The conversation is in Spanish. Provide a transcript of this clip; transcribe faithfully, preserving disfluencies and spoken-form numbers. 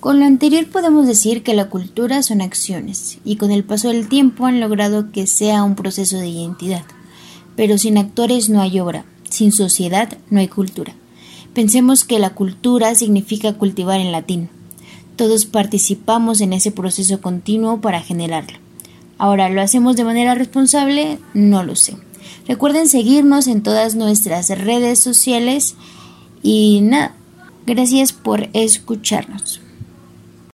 Con lo anterior podemos decir que la cultura son acciones y con el paso del tiempo han logrado que sea un proceso de identidad. Pero sin actores no hay obra, sin sociedad no hay cultura. Pensemos que la cultura significa cultivar en latín. Todos participamos en ese proceso continuo para generarlo. Ahora, ¿lo hacemos de manera responsable? No lo sé. Recuerden seguirnos en todas nuestras redes sociales y nada, gracias por escucharnos.